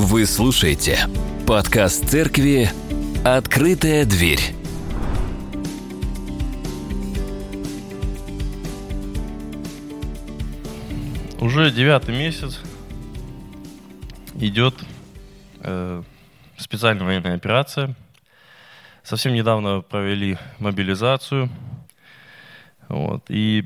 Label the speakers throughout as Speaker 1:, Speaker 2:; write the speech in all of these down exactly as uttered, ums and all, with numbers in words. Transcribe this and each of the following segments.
Speaker 1: Вы слушаете подкаст церкви «Открытая дверь».
Speaker 2: Уже девятый месяц идет э, специальная военная операция. Совсем недавно провели мобилизацию. Вот, и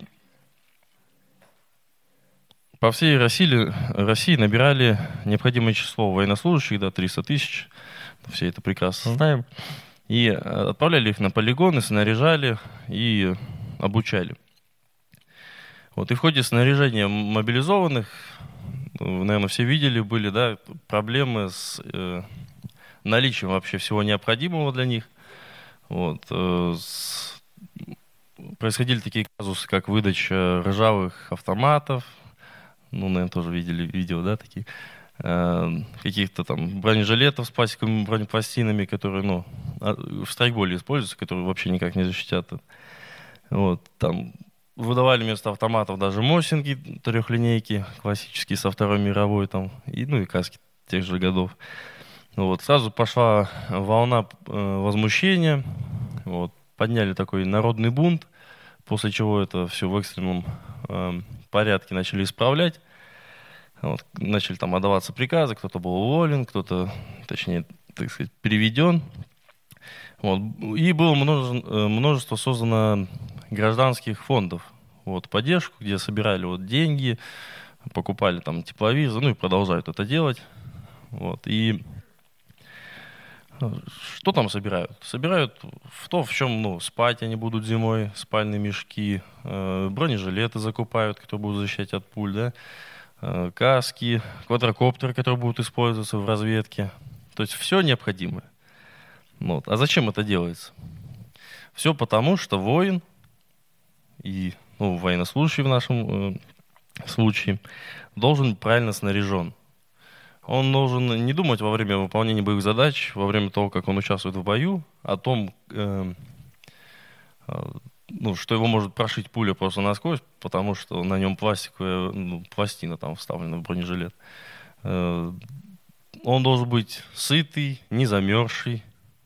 Speaker 2: по всей России, России набирали необходимое число военнослужащих, да, триста тысяч, все это прекрасно знаем, и отправляли их на полигоны, снаряжали и обучали. Вот, и в ходе снаряжения мобилизованных, наверное, все видели, были, да, проблемы с э, наличием вообще всего необходимого для них. Вот, э, с, происходили такие казусы, как выдача ржавых автоматов, ну, наверное, тоже видели видео, да, такие, э, каких-то там бронежилетов с пластиковыми бронепластинами, которые, ну, в страйкболе используются, которые вообще никак не защитят. Вот, там выдавали вместо автоматов даже мосинки, трехлинейки, классические со Второй мировой, там, и, ну, и каски тех же годов. Вот, сразу пошла волна э, возмущения, вот, подняли такой народный бунт, после чего это все в экстренном э, порядке начали исправлять. Вот, начали там отдаваться приказы, кто-то был уволен, кто-то, точнее, так сказать, переведен. Вот, и было множество, множество создано гражданских фондов, вот, поддержку, где собирали вот деньги, покупали там тепловизор, ну и продолжают это делать. Вот, и что там собирают? Собирают в то, в чем, ну, спать они будут зимой, спальные мешки, э, бронежилеты закупают, которые будут защищать от пуль, да, э, каски, квадрокоптеры, которые будут использоваться в разведке. То есть все необходимое. Вот. А зачем это делается? Все потому, что воин и, ну, военнослужащий в нашем э, случае должен быть правильно снаряжен. Он должен не думать во время выполнения боевых задач, во время того, как он участвует в бою, о том, э, э, ну, что его может прошить пуля просто насквозь, потому что на нем пластиковая, ну, пластина там вставлена в бронежилет. Э, он должен быть сытый, не замерзший.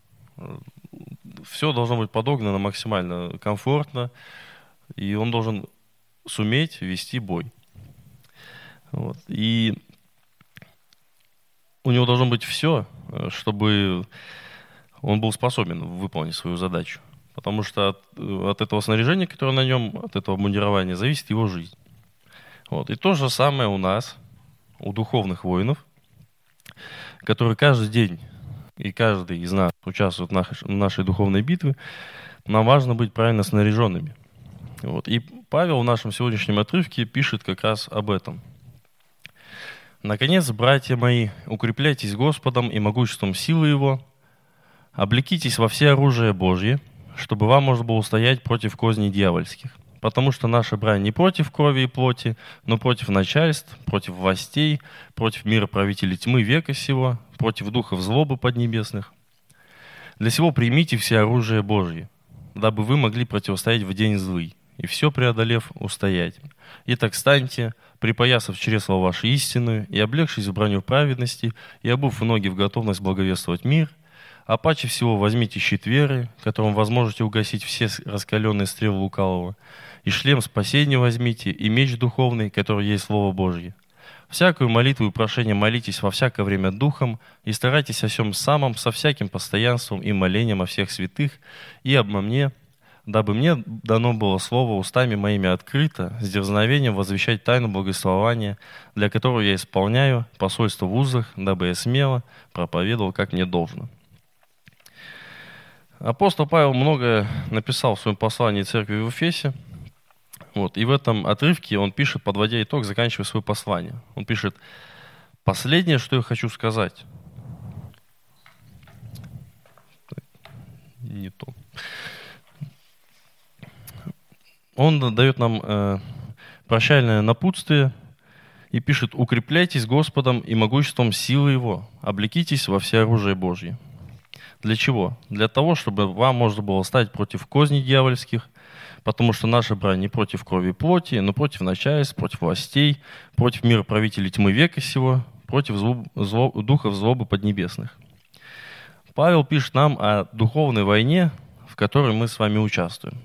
Speaker 2: Все должно быть подогнано максимально комфортно, и он должен суметь вести бой. Вот. И у него должно быть все, чтобы он был способен выполнить свою задачу. Потому что от, от этого снаряжения, которое на нем, от этого обмундирования, зависит его жизнь. Вот. И то же самое у нас, у духовных воинов, которые каждый день и каждый из нас участвует в нашей духовной битве, нам важно быть правильно снаряженными. Вот. И Павел в нашем сегодняшнем отрывке пишет как раз об этом. «Наконец, братья мои, укрепляйтесь Господом и могуществом силы Его, облекитесь во все оружие Божье, чтобы вам можно было устоять против козней дьявольских. Потому что наша брань не против крови и плоти, но против начальств, против властей, против мира правителей тьмы века сего, против духов злобы поднебесных. Для сего примите все оружие Божье, дабы вы могли противостоять в день злый, и все преодолев устоять. Итак, станьте, припоясав чресло вашей истины, и облегшись в броню праведности, и обув ноги в готовность благовествовать мир, а паче всего возьмите щит веры, которым возможете угасить все раскаленные стрелы лукавого, и шлем спасения возьмите, и меч духовный, который есть Слово Божье. Всякую молитву и прошение молитесь во всякое время духом, и старайтесь о всем самом со всяким постоянством и молением о всех святых, и обо мне, дабы мне дано было слово устами моими открыто, с дерзновением возвещать тайну благословения, для которого я исполняю посольство в узах, дабы я смело проповедовал, как мне должно». Апостол Павел многое написал в своем послании церкви в Эфесе. Вот, и в этом отрывке он пишет, подводя итог, заканчивая свое послание. Он пишет: «Последнее, что я хочу сказать». Не то. Он дает нам э, прощальное напутствие и пишет: «Укрепляйтесь Господом и могуществом силы Его, облекитесь во все оружие Божье». Для чего? Для того, чтобы вам можно было стать против козней дьявольских, потому что наша брань не против крови и плоти, но против начальств, против властей, против мира правителей тьмы века сего, против злоб, зло, духов злобы поднебесных. Павел пишет нам о духовной войне, в которой мы с вами участвуем.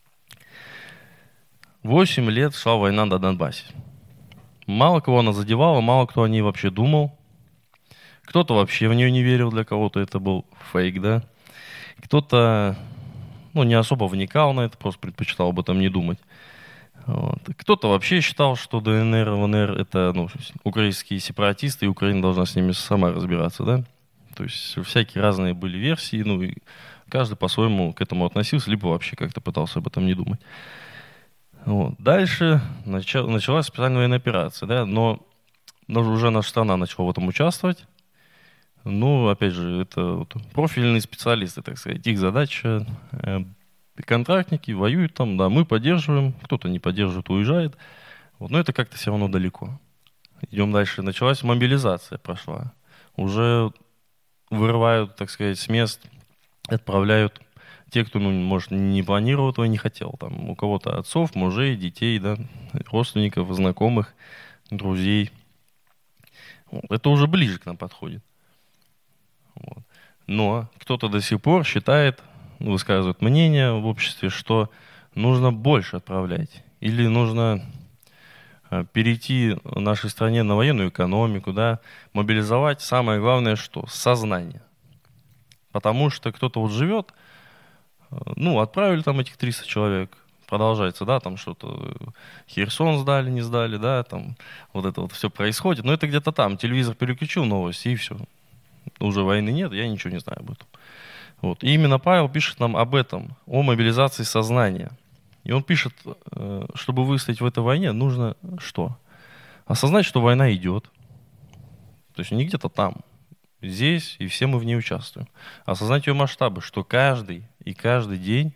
Speaker 2: Восемь лет шла война на Донбассе. Мало кого она задевала, мало кто о ней вообще думал. Кто-то вообще в нее не верил, для кого-то это был фейк, да. Кто-то, ну, не особо вникал на это, просто предпочитал об этом не думать. Вот. Кто-то вообще считал, что ДНР, ЛНР — это, ну, украинские сепаратисты, и Украина должна с ними сама разбираться, да. То есть всякие разные были версии, ну, и каждый по-своему к этому относился, либо вообще как-то пытался об этом не думать. Вот. Дальше начал, началась специальная военная операция, да, но, но уже наша страна начала в этом участвовать. Ну, опять же, это вот профильные специалисты, так сказать. Их задача, э, контрактники воюют там, да, мы поддерживаем, кто-то не поддерживает, уезжает. Вот, но это как-то все равно далеко. Идем дальше. Началась мобилизация, прошла. Уже вырывают, так сказать, с мест, отправляют те, кто, ну, может, не планировал этого и не хотел. Там, у кого-то отцов, мужей, детей, да, родственников, знакомых, друзей. Вот. Это уже ближе к нам подходит. Вот. Но кто-то до сих пор считает, высказывает мнение в обществе, что нужно больше отправлять. Или нужно перейти в нашей стране на военную экономику, да, мобилизовать. Самое главное, что? Сознание. Потому что кто-то вот живет, ну, отправили там этих триста человек, продолжается, да, там что-то, Херсон сдали, не сдали, да, там вот это вот все происходит. Но это где-то там, телевизор переключил новости, и все. Уже войны нет, я ничего не знаю об этом. Вот. И именно Павел пишет нам об этом, о мобилизации сознания. И он пишет, чтобы выстоять в этой войне, нужно что? Осознать, что война идет. То есть не где-то там, здесь, и все мы в ней участвуем. Осознать ее масштабы, что каждый и каждый день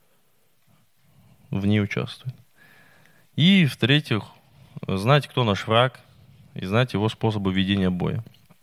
Speaker 2: в ней участвует. И, в-третьих, знать, кто наш враг, и знать его способы ведения боя.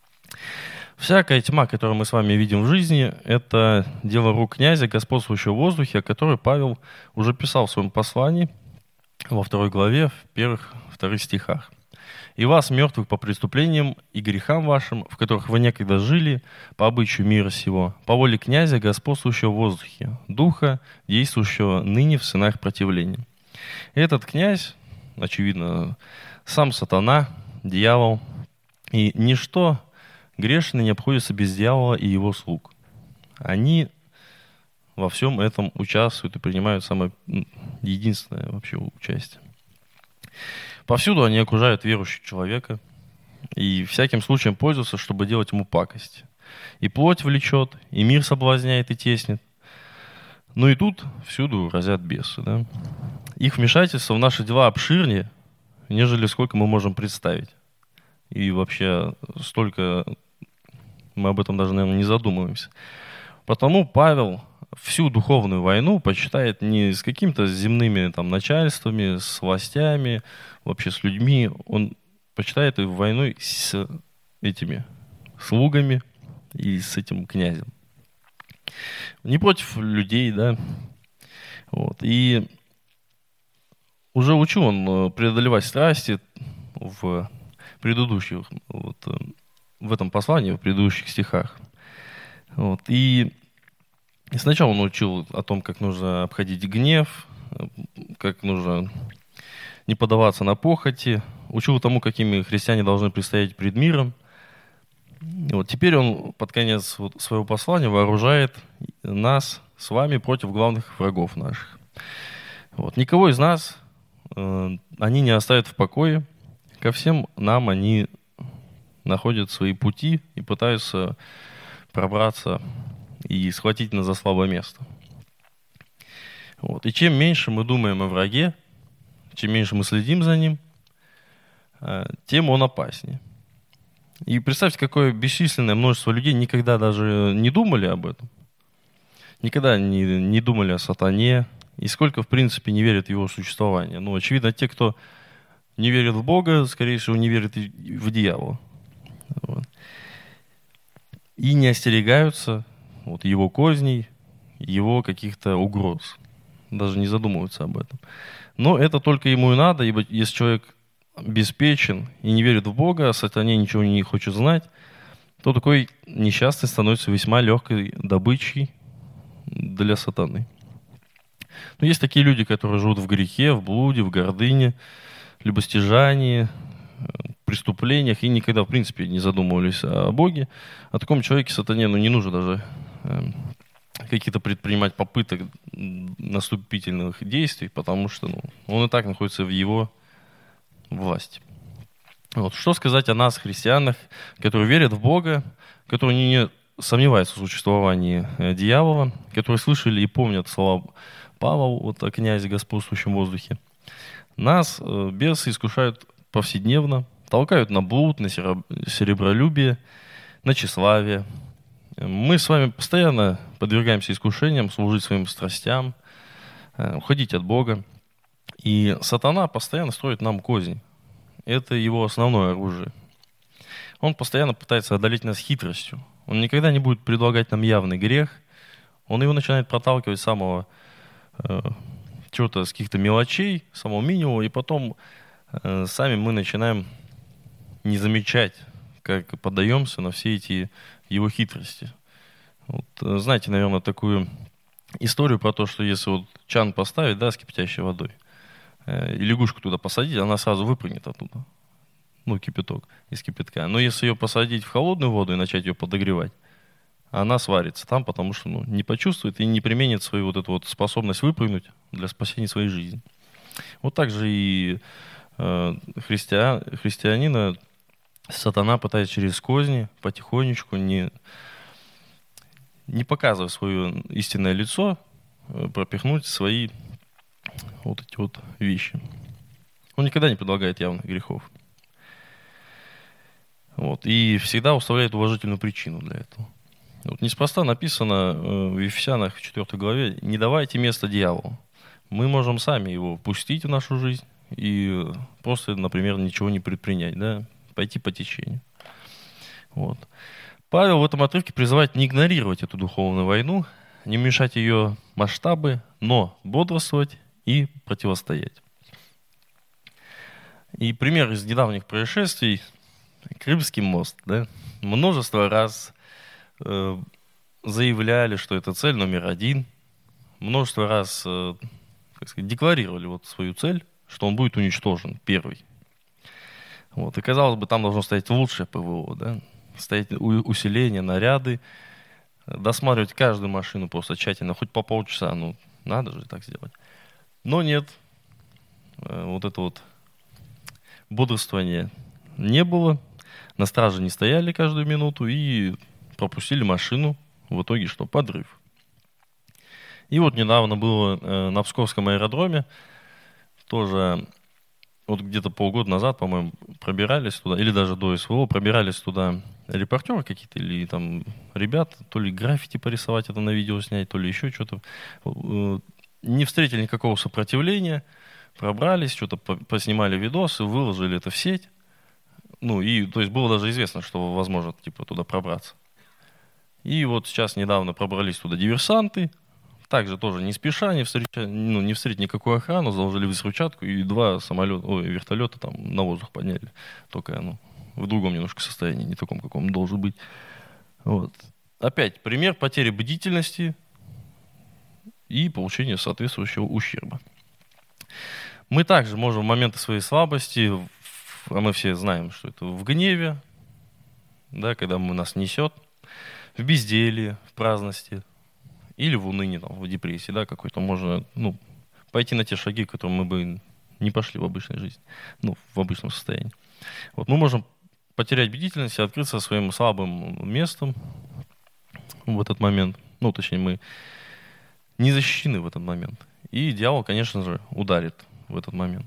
Speaker 2: Всякая тьма, которую мы с вами видим в жизни, это дело рук князя, господствующего в воздухе, о которой Павел уже писал в своем послании во второй главе, в первых, вторых стихах. «И вас, мертвых по преступлениям и грехам вашим, в которых вы некогда жили, по обычаю мира сего, по воле князя, господствующего в воздухе, духа, действующего ныне в сынах противления». И этот князь, очевидно, сам сатана, дьявол, и ничто грешное не обходится без дьявола и его слуг. Они во всем этом участвуют и принимают самое единственное вообще участие. Повсюду они окружают верующего человека и всяким случаем пользуются, чтобы делать ему пакость. И плоть влечет, и мир соблазняет и теснит. Ну и тут всюду разят бесы. Да? Их вмешательство в наши дела обширнее, нежели сколько мы можем представить. И вообще столько мы об этом даже, наверное, не задумываемся. Потому Павел всю духовную войну почитает не с какими-то земными там начальствами, с властями, вообще с людьми. Он почитает ее войной с этими слугами и с этим князем. Не против людей, да. Вот. И уже учил он преодолевать страсти в предыдущих, вот, в этом послании, в предыдущих стихах. Вот. И сначала он учил о том, как нужно обходить гнев, как нужно не поддаваться на похоти, учил тому, какими христиане должны предстоять пред миром. И вот теперь он под конец вот своего послания вооружает нас с вами против главных врагов наших. Вот. Никого из нас э, они не оставят в покое. Ко всем нам они находят свои пути и пытаются пробраться и схватить нас за слабое место. Вот. И чем меньше мы думаем о враге, чем меньше мы следим за ним, тем он опаснее. И представьте, какое бесчисленное множество людей никогда даже не думали об этом. Никогда не, не думали о сатане. И сколько, в принципе, не верят в его существование. Ну, очевидно, те, кто не верит в Бога, скорее всего, не верит и в дьявола. Вот. И не остерегаются вот, его козней, его каких-то угроз. Даже не задумываются об этом. Но это только ему и надо, ибо если человек беспечен и не верит в Бога, а сатане ничего не хочет знать, то такой несчастный становится весьма легкой добычей для сатаны. Но есть такие люди, которые живут в грехе, в блуде, в гордыне, любостяжании, преступлениях и никогда, в принципе, не задумывались о Боге. О таком человеке сатане ну, не нужно даже э, какие-то предпринимать попыток наступительных действий, потому что ну, он и так находится в его власти. Вот. Что сказать о нас, христианах, которые верят в Бога, которые не сомневаются в существовании э, дьявола, которые слышали и помнят слова Павла вот, о князе, господствующем в воздухе. Нас э, бесы искушают повседневно, толкают на блуд, на серебролюбие, на тщеславие. Мы с вами постоянно подвергаемся искушениям служить своим страстям, уходить от Бога. И сатана постоянно строит нам козни. Это его основное оружие. Он постоянно пытается одолеть нас хитростью. Он никогда не будет предлагать нам явный грех. Он его начинает проталкивать с самого э, чего-то, с каких-то мелочей, самого минимума, и потом э, сами мы начинаем не замечать, как поддаемся на все эти его хитрости. Вот, знаете, наверное, такую историю про то, что если вот чан поставить, да, с кипятящей водой, э, и лягушку туда посадить, она сразу выпрыгнет оттуда. Ну, кипяток из кипятка. Но если ее посадить в холодную воду и начать ее подогревать, она сварится там, потому что ну, не почувствует и не применит свою вот эту вот способность выпрыгнуть для спасения своей жизни. Вот так же и э, христиан, христианина сатана пытается через козни потихонечку, не, не показывая свое истинное лицо, пропихнуть свои вот эти вот вещи. Он никогда не предлагает явных грехов. Вот, и всегда уставляет уважительную причину для этого. Вот, неспроста написано в Ефесянах в четвёртой главе: «Не давайте место дьяволу». Мы можем сами его впустить в нашу жизнь и просто, например, ничего не предпринять, да? Пойти по течению. Вот. Павел в этом отрывке призывает не игнорировать эту духовную войну, не уменьшать ее масштабы, но бодрствовать и противостоять. И пример из недавних происшествий — Крымский мост. Да? Множество раз э, заявляли, что это цель номер один. Множество раз э, как сказать, декларировали вот свою цель, что он будет уничтожен первый. Вот. И, казалось бы, там должно стоять лучшее ПВО, да? Стоять усиление, наряды, досматривать каждую машину просто тщательно, хоть по полчаса, ну, надо же так сделать. Но нет, вот это вот бодрствование не было, на страже не стояли каждую минуту и пропустили машину, в итоге что? Подрыв. И вот недавно было на Псковском аэродроме, тоже вот где-то полгода назад, по-моему, пробирались туда, или даже до СВО, пробирались туда репортеры какие-то, или там ребята, то ли граффити порисовать, это на видео снять, то ли еще что-то. Не встретили никакого сопротивления, пробрались, что-то поснимали видосы, выложили это в сеть. Ну, и, то есть, было даже известно, что возможно, типа, туда пробраться. И вот сейчас недавно пробрались туда диверсанты, также тоже не спеша, не встретили, ну, не встретили никакую охрану, заложили взрывчатку и два самолета, ой, вертолета там на воздух подняли. Только, ну, в другом немножко состоянии, не таком, каком должен быть. Вот. Опять пример потери бдительности и получения соответствующего ущерба. Мы также можем в моменты своей слабости, а мы все знаем, что это в гневе, да, когда нас несет, в безделии, в праздности, или в унынии, там, в депрессии, да, какой-то, можно, ну, пойти на те шаги, которые мы бы не пошли в обычной жизни, ну, в обычном состоянии. Вот мы можем потерять бдительность и открыться своим слабым местом в этот момент. Ну, точнее, мы не защищены в этот момент. И дьявол, конечно же, ударит в этот момент.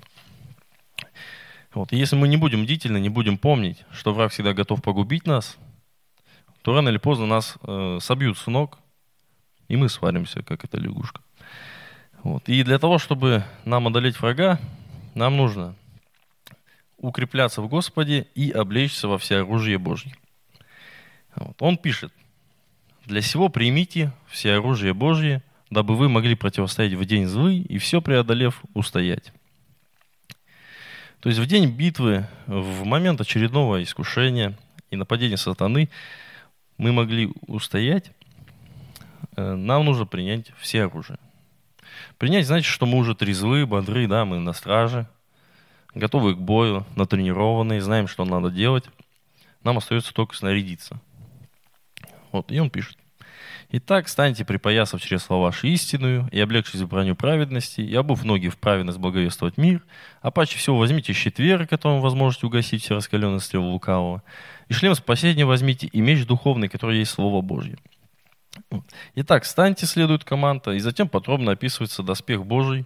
Speaker 2: Вот. И если мы не будем бдительны, не будем помнить, что враг всегда готов погубить нас, то рано или поздно нас э, собьют с ног, и мы свалимся, как эта лягушка. Вот. И для того, чтобы нам одолеть врага, нам нужно укрепляться в Господе и облечься во всеоружие Божье. Вот. Он пишет: «Для сего примите всеоружие Божье, дабы вы могли противостоять в день злый и все преодолев устоять». То есть в день битвы, в момент очередного искушения и нападения сатаны мы могли устоять, нам нужно принять все оружие. Принять значит, что мы уже трезвы, бодры, да, мы на страже, готовы к бою, натренированные, знаем, что надо делать. Нам остается только снарядиться. Вот, и он пишет. «Итак, станьте, припоясав чресло вашу истинную, и облегшись в броню праведности, и обув ноги в праведность благовествовать мир, а паче всего возьмите щит веры, которым вы сможете угасить все раскаленные стрелы лукавого, и шлем спасения возьмите, и меч духовный, который есть Слово Божье». Итак, станьте, следует команда, и затем подробно описывается доспех Божий.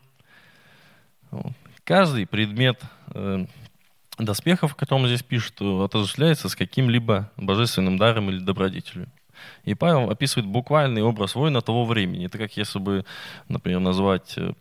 Speaker 2: Каждый предмет э, доспехов, о котором здесь пишет, отождествляется с каким-либо божественным даром или добродетелью. И Павел описывает буквальный образ воина того времени. Это как если бы, например, назвать э,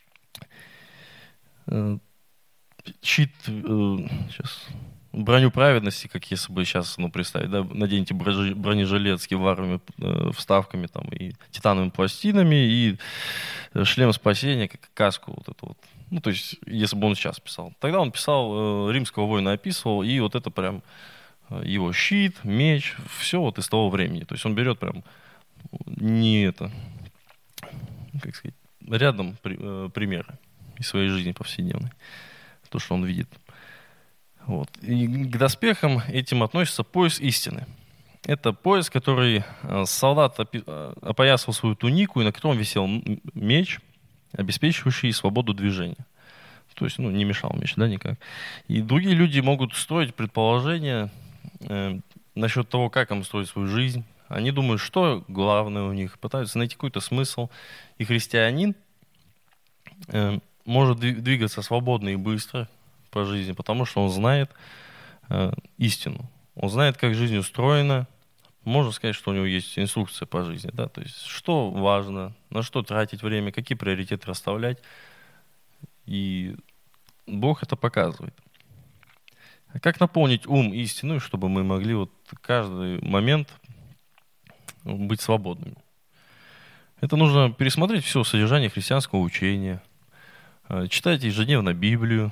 Speaker 2: э, щит, э, сейчас, броню праведности, как если бы сейчас, ну, представить, да, наденьте бронежилет с кевларовыми э, вставками там, и титановыми пластинами, и шлем спасения, как каску вот эту вот. Ну, то есть, если бы он сейчас писал. Тогда он писал, э, римского воина описывал, и вот это прям э, его щит, меч, все вот из того времени. То есть он берет прям не это, как сказать, рядом при, э, примеры из своей жизни повседневной. То, что он видит. Вот. И к доспехам этим относится пояс истины. Это пояс, который солдат опоясывал свою тунику, и на котором висел меч, обеспечивающий свободу движения. То есть, ну, не мешал меч, да, никак. И другие люди могут строить предположения э, насчет того, как им строить свою жизнь. Они думают, что главное у них, пытаются найти какой-то смысл. И христианин э, может двигаться свободно и быстро по жизни, потому что он знает э, истину. Он знает, как жизнь устроена. Можно сказать, что у него есть инструкция по жизни. Да? То есть, что важно, на что тратить время, какие приоритеты расставлять. И Бог это показывает. А как наполнить ум истиной, чтобы мы могли вот каждый момент быть свободными? Это нужно пересмотреть все содержание христианского учения. Читать ежедневно Библию.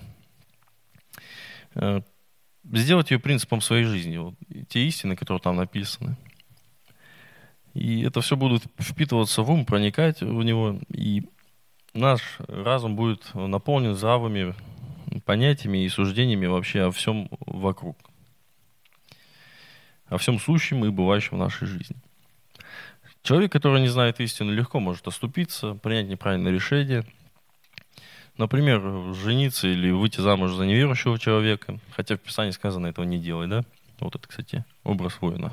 Speaker 2: Сделать ее принципом своей жизни. Вот, те истины, которые там написаны. И это все будет впитываться в ум, проникать в него. И наш разум будет наполнен здравыми понятиями и суждениями вообще о всем вокруг. О всем сущем и бывающем в нашей жизни. Человек, который не знает истину, легко может оступиться, принять неправильное решение. Например, жениться или выйти замуж за неверующего человека. Хотя в Писании сказано, этого не делай, да? Вот это, кстати, образ воина.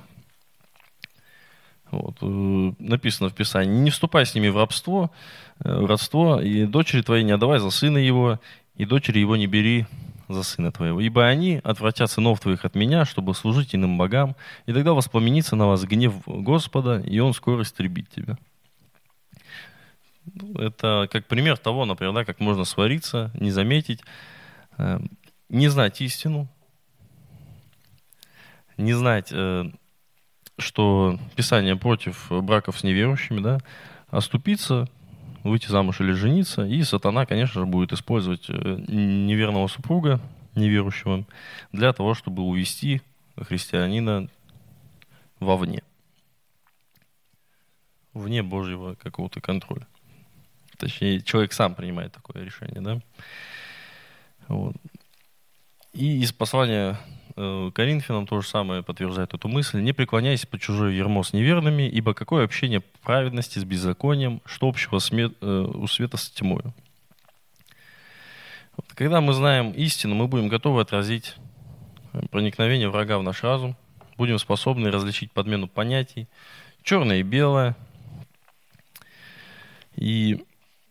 Speaker 2: Вот. Написано в Писании: не вступай с ними в рабство, в родство, и дочери твоей не отдавай за сына его, и дочери его не бери за сына твоего. Ибо они отвратят сынов твоих от меня, чтобы служить иным богам, и тогда воспламенится на вас гнев Господа, и он скоро истребит тебя. Это как пример того, например, да, как можно свариться, не заметить, э, не знать истину, не знать, э, что Писание против браков с неверующими, да, оступиться, выйти замуж или жениться, и сатана, конечно же, будет использовать неверного супруга, неверующего, для того, чтобы увести христианина вовне, вне Божьего какого-то контроля. Точнее, человек сам принимает такое решение, да? Вот. И из послания э, Коринфянам то же самое подтверждает эту мысль. «Не преклоняйся под чужое ярмо с неверными, ибо какое общение праведности с беззаконием, что общего смет, э, у света с тьмою». Вот. Когда мы знаем истину, мы будем готовы отразить проникновение врага в наш разум, будем способны различить подмену понятий, черное и белое, и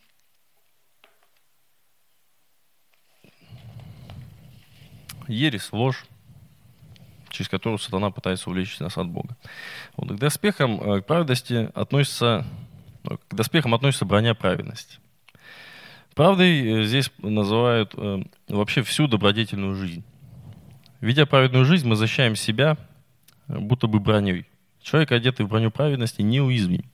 Speaker 2: ересь, ложь, через которую сатана пытается увлечь нас от Бога. Вот. К доспехам к праведности относится, к доспехам относится броня праведности. Правдой здесь называют э, вообще всю добродетельную жизнь. Ведя праведную жизнь, мы защищаем себя будто бы броней. Человек, одетый в броню праведности, неуязвим.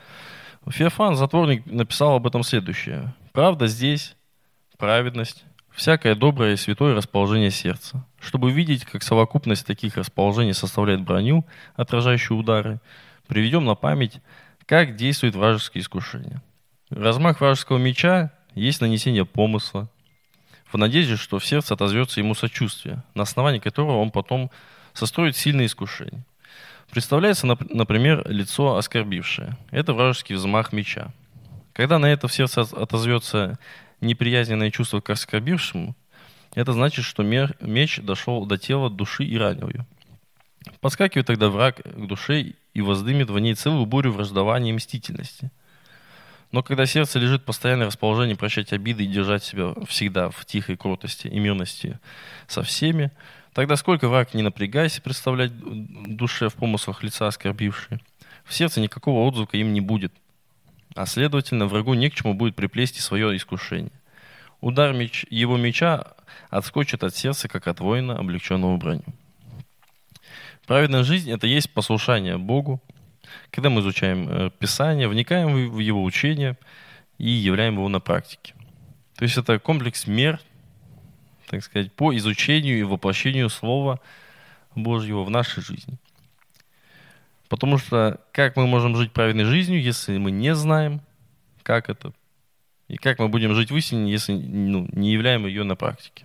Speaker 2: Феофан, затворник, написал об этом следующее. Правда здесь, праведность всякое доброе и святое расположение сердца. Чтобы видеть, как совокупность таких расположений составляет броню, отражающую удары, приведем на память, как действует вражеские искушения. Размах вражеского меча есть нанесение помысла, в надежде, что в сердце отозвется ему сочувствие, на основании которого он потом состроит сильные искушения. Представляется, например, лицо оскорбившее. Это вражеский взмах меча. Когда на это в сердце отозвется неприязненное чувство к оскорбившему, это значит, что меч дошел до тела, души и ранил ее. Подскакивает тогда враг к душе и воздымет в ней целую бурю враждования и мстительности. Но когда сердце лежит в постоянном расположении прощать обиды и держать себя всегда в тихой кротости и мирности со всеми, тогда сколько враг не напрягайся представлять душе в помыслах лица оскорбившие, в сердце никакого отзвука им не будет, а следовательно врагу не к чему будет приплести свое искушение. Удар меч, его меча отскочит от сердца, как от воина, облегченного броню. Праведная жизнь – это есть послушание Богу, когда мы изучаем Писание, вникаем в его учение и являем его на практике. То есть это комплекс мер, так сказать, по изучению и воплощению Слова Божьего в нашей жизни. Потому что как мы можем жить праведной жизнью, если мы не знаем, как это, и как мы будем жить в истине, если ну, не являем ее на практике.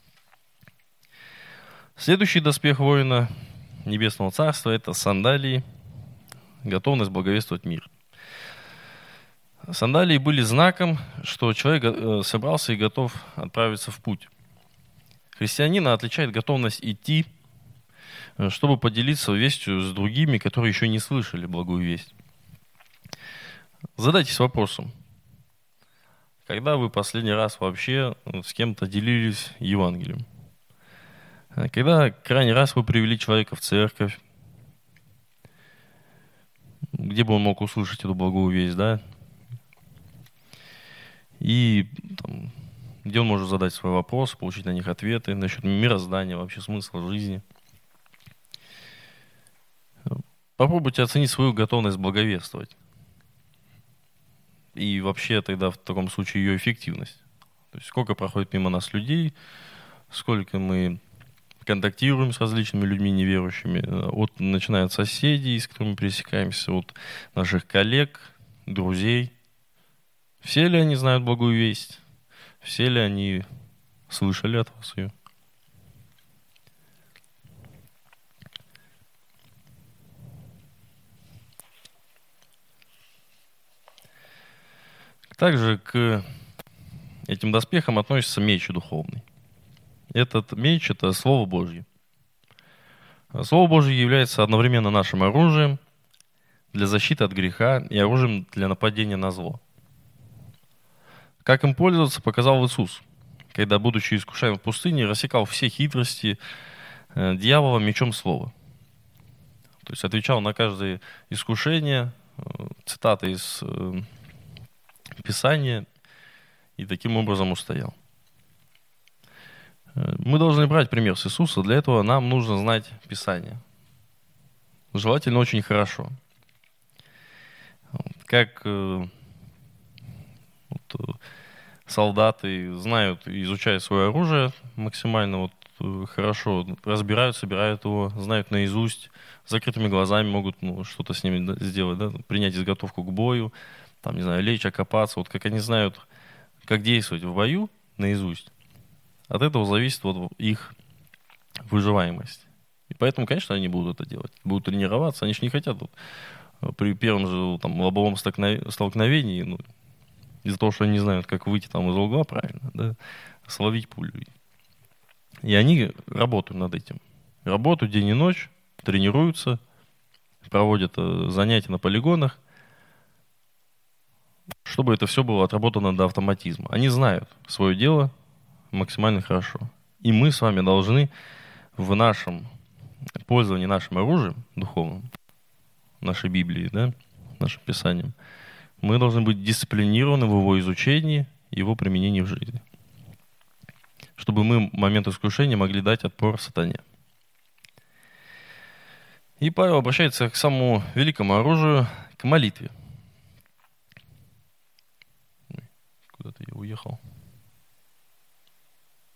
Speaker 2: Следующий доспех воина Небесного Царства – это сандалии, готовность благовествовать мир. Сандалии были знаком, что человек собрался и готов отправиться в путь. Христианина отличает готовность идти, чтобы поделиться вестью с другими, которые еще не слышали благую весть. Задайтесь вопросом, когда вы последний раз вообще с кем-то делились Евангелием? Когда крайний раз вы привели человека в церковь, где бы он мог услышать эту благую весть, да? И там, где он может задать свои вопросы, получить на них ответы насчет мироздания, вообще смысла жизни. Попробуйте оценить свою готовность благовествовать. И вообще тогда в таком случае ее эффективность. То есть сколько проходит мимо нас людей, сколько мы контактируем с различными людьми неверующими, от, начиная от соседей, с которыми пересекаемся, от наших коллег, друзей. Все ли они знают благую весть? Все ли они слышали от вас ее? Также к этим доспехам относится меч духовный. Этот меч – это Слово Божье. Слово Божье является одновременно нашим оружием для защиты от греха и оружием для нападения на зло. Как им пользоваться, показал Иисус, когда, будучи искушаем в пустыне, рассекал все хитрости дьявола мечом слова. То есть отвечал на каждое искушение, цитаты из Писания, и таким образом устоял. Мы должны брать пример с Иисуса. Для этого нам нужно знать Писание. Желательно очень хорошо. Как э, вот, солдаты знают и изучают свое оружие максимально вот, э, хорошо, разбирают, собирают его, знают наизусть, с закрытыми глазами могут ну, что-то с ними сделать, да, принять изготовку к бою, там, не знаю, лечь, окопаться. Вот как они знают, как действовать в бою наизусть. От этого зависит вот их выживаемость. И поэтому, конечно, они будут это делать. Будут тренироваться. Они же не хотят вот, при первом же там, лобовом столкновении, ну, из-за того, что они не знают, как выйти там, из угла правильно, да, словить пулю. И они работают над этим. Работают день и ночь, тренируются, проводят занятия на полигонах, чтобы это все было отработано до автоматизма. Они знают свое дело максимально хорошо. И мы с вами должны в нашем пользовании нашим оружием духовным, нашей Библией, да, нашим Писанием, мы должны быть дисциплинированы в его изучении и его применении в жизни. Чтобы мы в момент искушения могли дать отпор сатане. И Павел обращается к самому великому оружию, к молитве. Куда-то я уехал.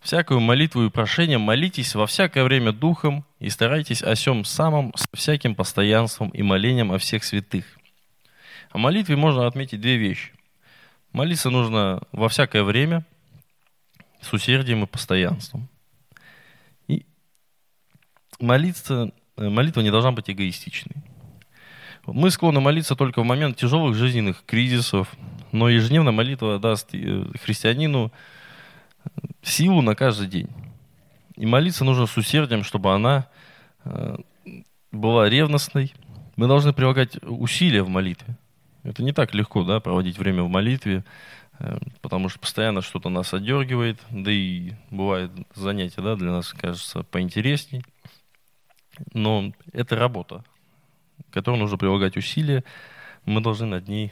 Speaker 2: Всякую молитву и прошение молитесь во всякое время духом и старайтесь о сем самом с всяким постоянством и молением о всех святых. О молитве можно отметить две вещи. Молиться нужно во всякое время с усердием и постоянством. И молиться, молитва не должна быть эгоистичной. Мы склонны молиться только в момент тяжелых жизненных кризисов, но ежедневная молитва даст христианину силу на каждый день. И молиться нужно с усердием, чтобы она была ревностной. Мы должны прилагать усилия в молитве. Это не так легко, да, проводить время в молитве, потому что постоянно что-то нас отдергивает, да и бывает занятие, да, для нас кажется поинтересней. Но это работа, к которой нужно прилагать усилия. Мы должны над ней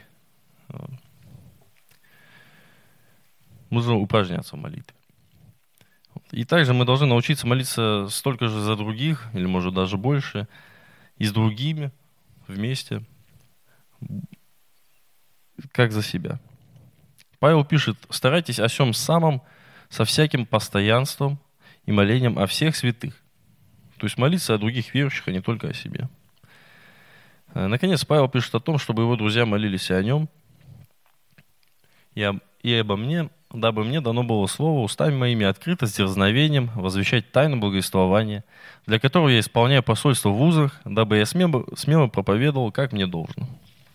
Speaker 2: нужно упражняться в молитве. И также мы должны научиться молиться столько же за других, или может даже больше, и с другими вместе, как за себя. Павел пишет: «Старайтесь о сем самом со всяким постоянством и молением о всех святых». То есть молиться о других верующих, а не только о себе. Наконец, Павел пишет о том, чтобы его друзья молились и о нем, и, об, и обо мне, дабы мне дано было слово устами моими открыто с дерзновением возвещать тайну благовествования, для которого я исполняю посольство в вузах, дабы я смело, смело проповедовал, как мне должно.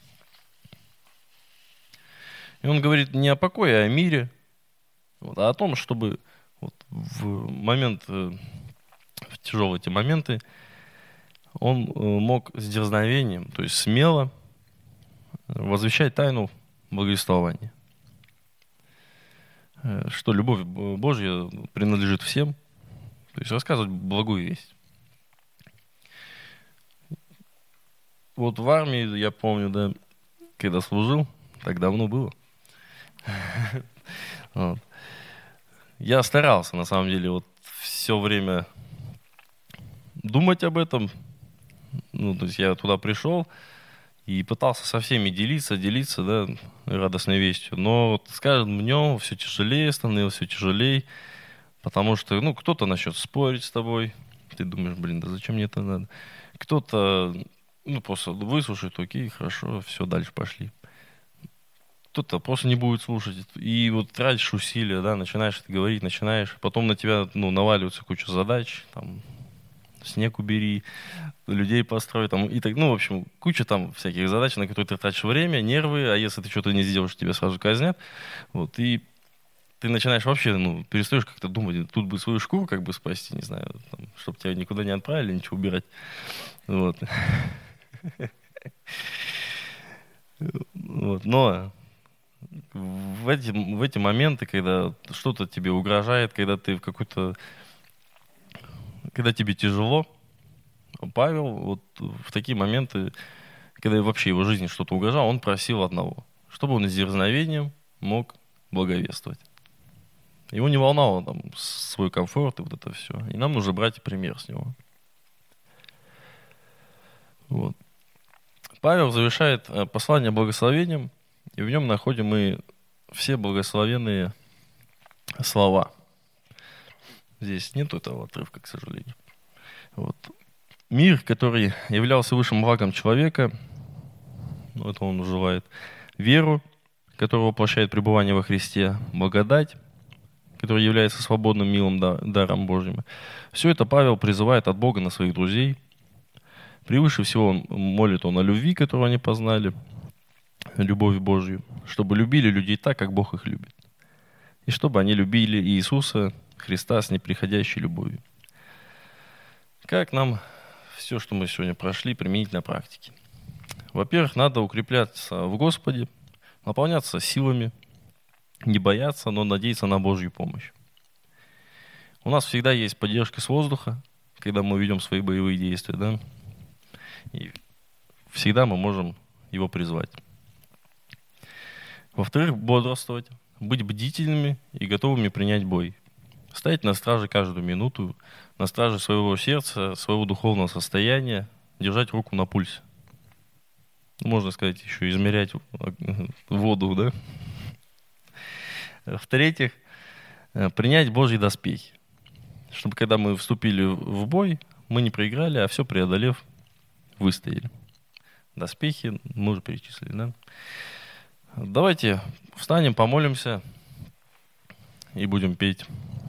Speaker 2: И он говорит не о покое, а о мире, вот, а о том, чтобы вот, в момент, в тяжелые эти моменты, он мог с дерзновением, то есть смело возвещать тайну благовествования. Что любовь Божья принадлежит всем, то есть рассказывать благую весть. Вот в армии, я помню, да, когда служил, так давно было. Вот. Я старался, на самом деле, вот все время думать об этом. Ну, то есть я туда пришел и пытался со всеми делиться, делиться, да, радостной вестью. Но вот с каждым днем все тяжелее становилось, все тяжелее, потому что, ну, кто-то начнет спорить с тобой, ты думаешь, блин, да зачем мне это надо? Кто-то, ну, просто выслушает, окей, хорошо, все, дальше пошли. Кто-то просто не будет слушать. И вот тратишь усилия, да, начинаешь это говорить, начинаешь, потом на тебя, ну, наваливается куча задач, там, снег убери, людей построй, там, и так, ну, в общем, куча там всяких задач, на которые ты тратишь время, нервы, а если ты что-то не сделаешь, тебя сразу казнят, вот, и ты начинаешь вообще, ну, перестаешь как-то думать, тут бы свою шкуру как бы спасти, не знаю, там, чтобы тебя никуда не отправили, ничего убирать, вот. Вот, но в эти, в эти моменты, когда что-то тебе угрожает, когда ты в какой-то, когда тебе тяжело, Павел вот в такие моменты, когда вообще его жизни что-то угрожало, он просил одного, чтобы он с дерзновением мог благовествовать. Его не волновало там свой комфорт и вот это все. И нам нужно брать пример с него. Вот. Павел завершает послание благословением, и в нем находим мы все благословенные слова. Здесь нету этого отрывка, к сожалению. Вот. Мир, который являлся высшим благом человека, ну, это он желает, веру, которая воплощает пребывание во Христе, благодать, которая является свободным, милым даром Божьим. Все это Павел призывает от Бога на своих друзей. Превыше всего он молит он о любви, которую они познали, любовь Божью, чтобы любили людей так, как Бог их любит. И чтобы они любили Иисуса Христа с неприходящей любовью. Как нам все, что мы сегодня прошли, применить на практике? Во-первых, надо укрепляться в Господе, наполняться силами, не бояться, но надеяться на Божью помощь. У нас всегда есть поддержка с воздуха, когда мы ведем свои боевые действия, да? И всегда мы можем его призвать. Во-вторых, бодрствовать, быть бдительными и готовыми принять бой. Стоять на страже каждую минуту, на страже своего сердца, своего духовного состояния, держать руку на пульсе. Можно сказать, еще измерять воду, да? В-третьих, принять Божьи доспехи. Чтобы когда мы вступили в бой, мы не проиграли, а все преодолев, выстояли. Доспехи мы уже перечислили, да? Давайте встанем, помолимся и будем петь.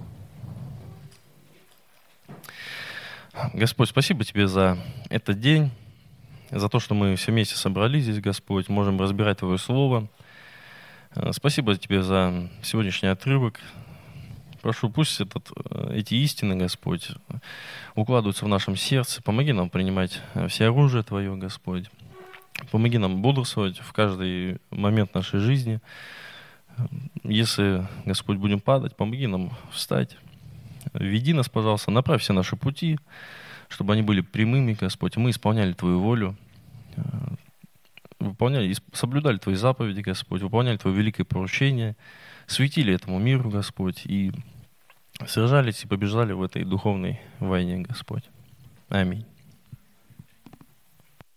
Speaker 2: Господь, спасибо Тебе за этот день, за то, что мы все вместе собрались здесь, Господь, можем разбирать Твое Слово. Спасибо Тебе за сегодняшний отрывок. Прошу, пусть этот, эти истины, Господь, укладываются в нашем сердце. Помоги нам принимать все оружие Твое, Господь. Помоги нам бодрствовать в каждый момент нашей жизни. Если, Господь, будем падать, помоги нам встать. Веди нас, пожалуйста, направь все наши пути, чтобы они были прямыми, Господь. Мы исполняли Твою волю, выполняли, соблюдали Твои заповеди, Господь, выполняли Твое великое поручение, светили этому миру, Господь, и сражались и побеждали в этой духовной войне, Господь. Аминь.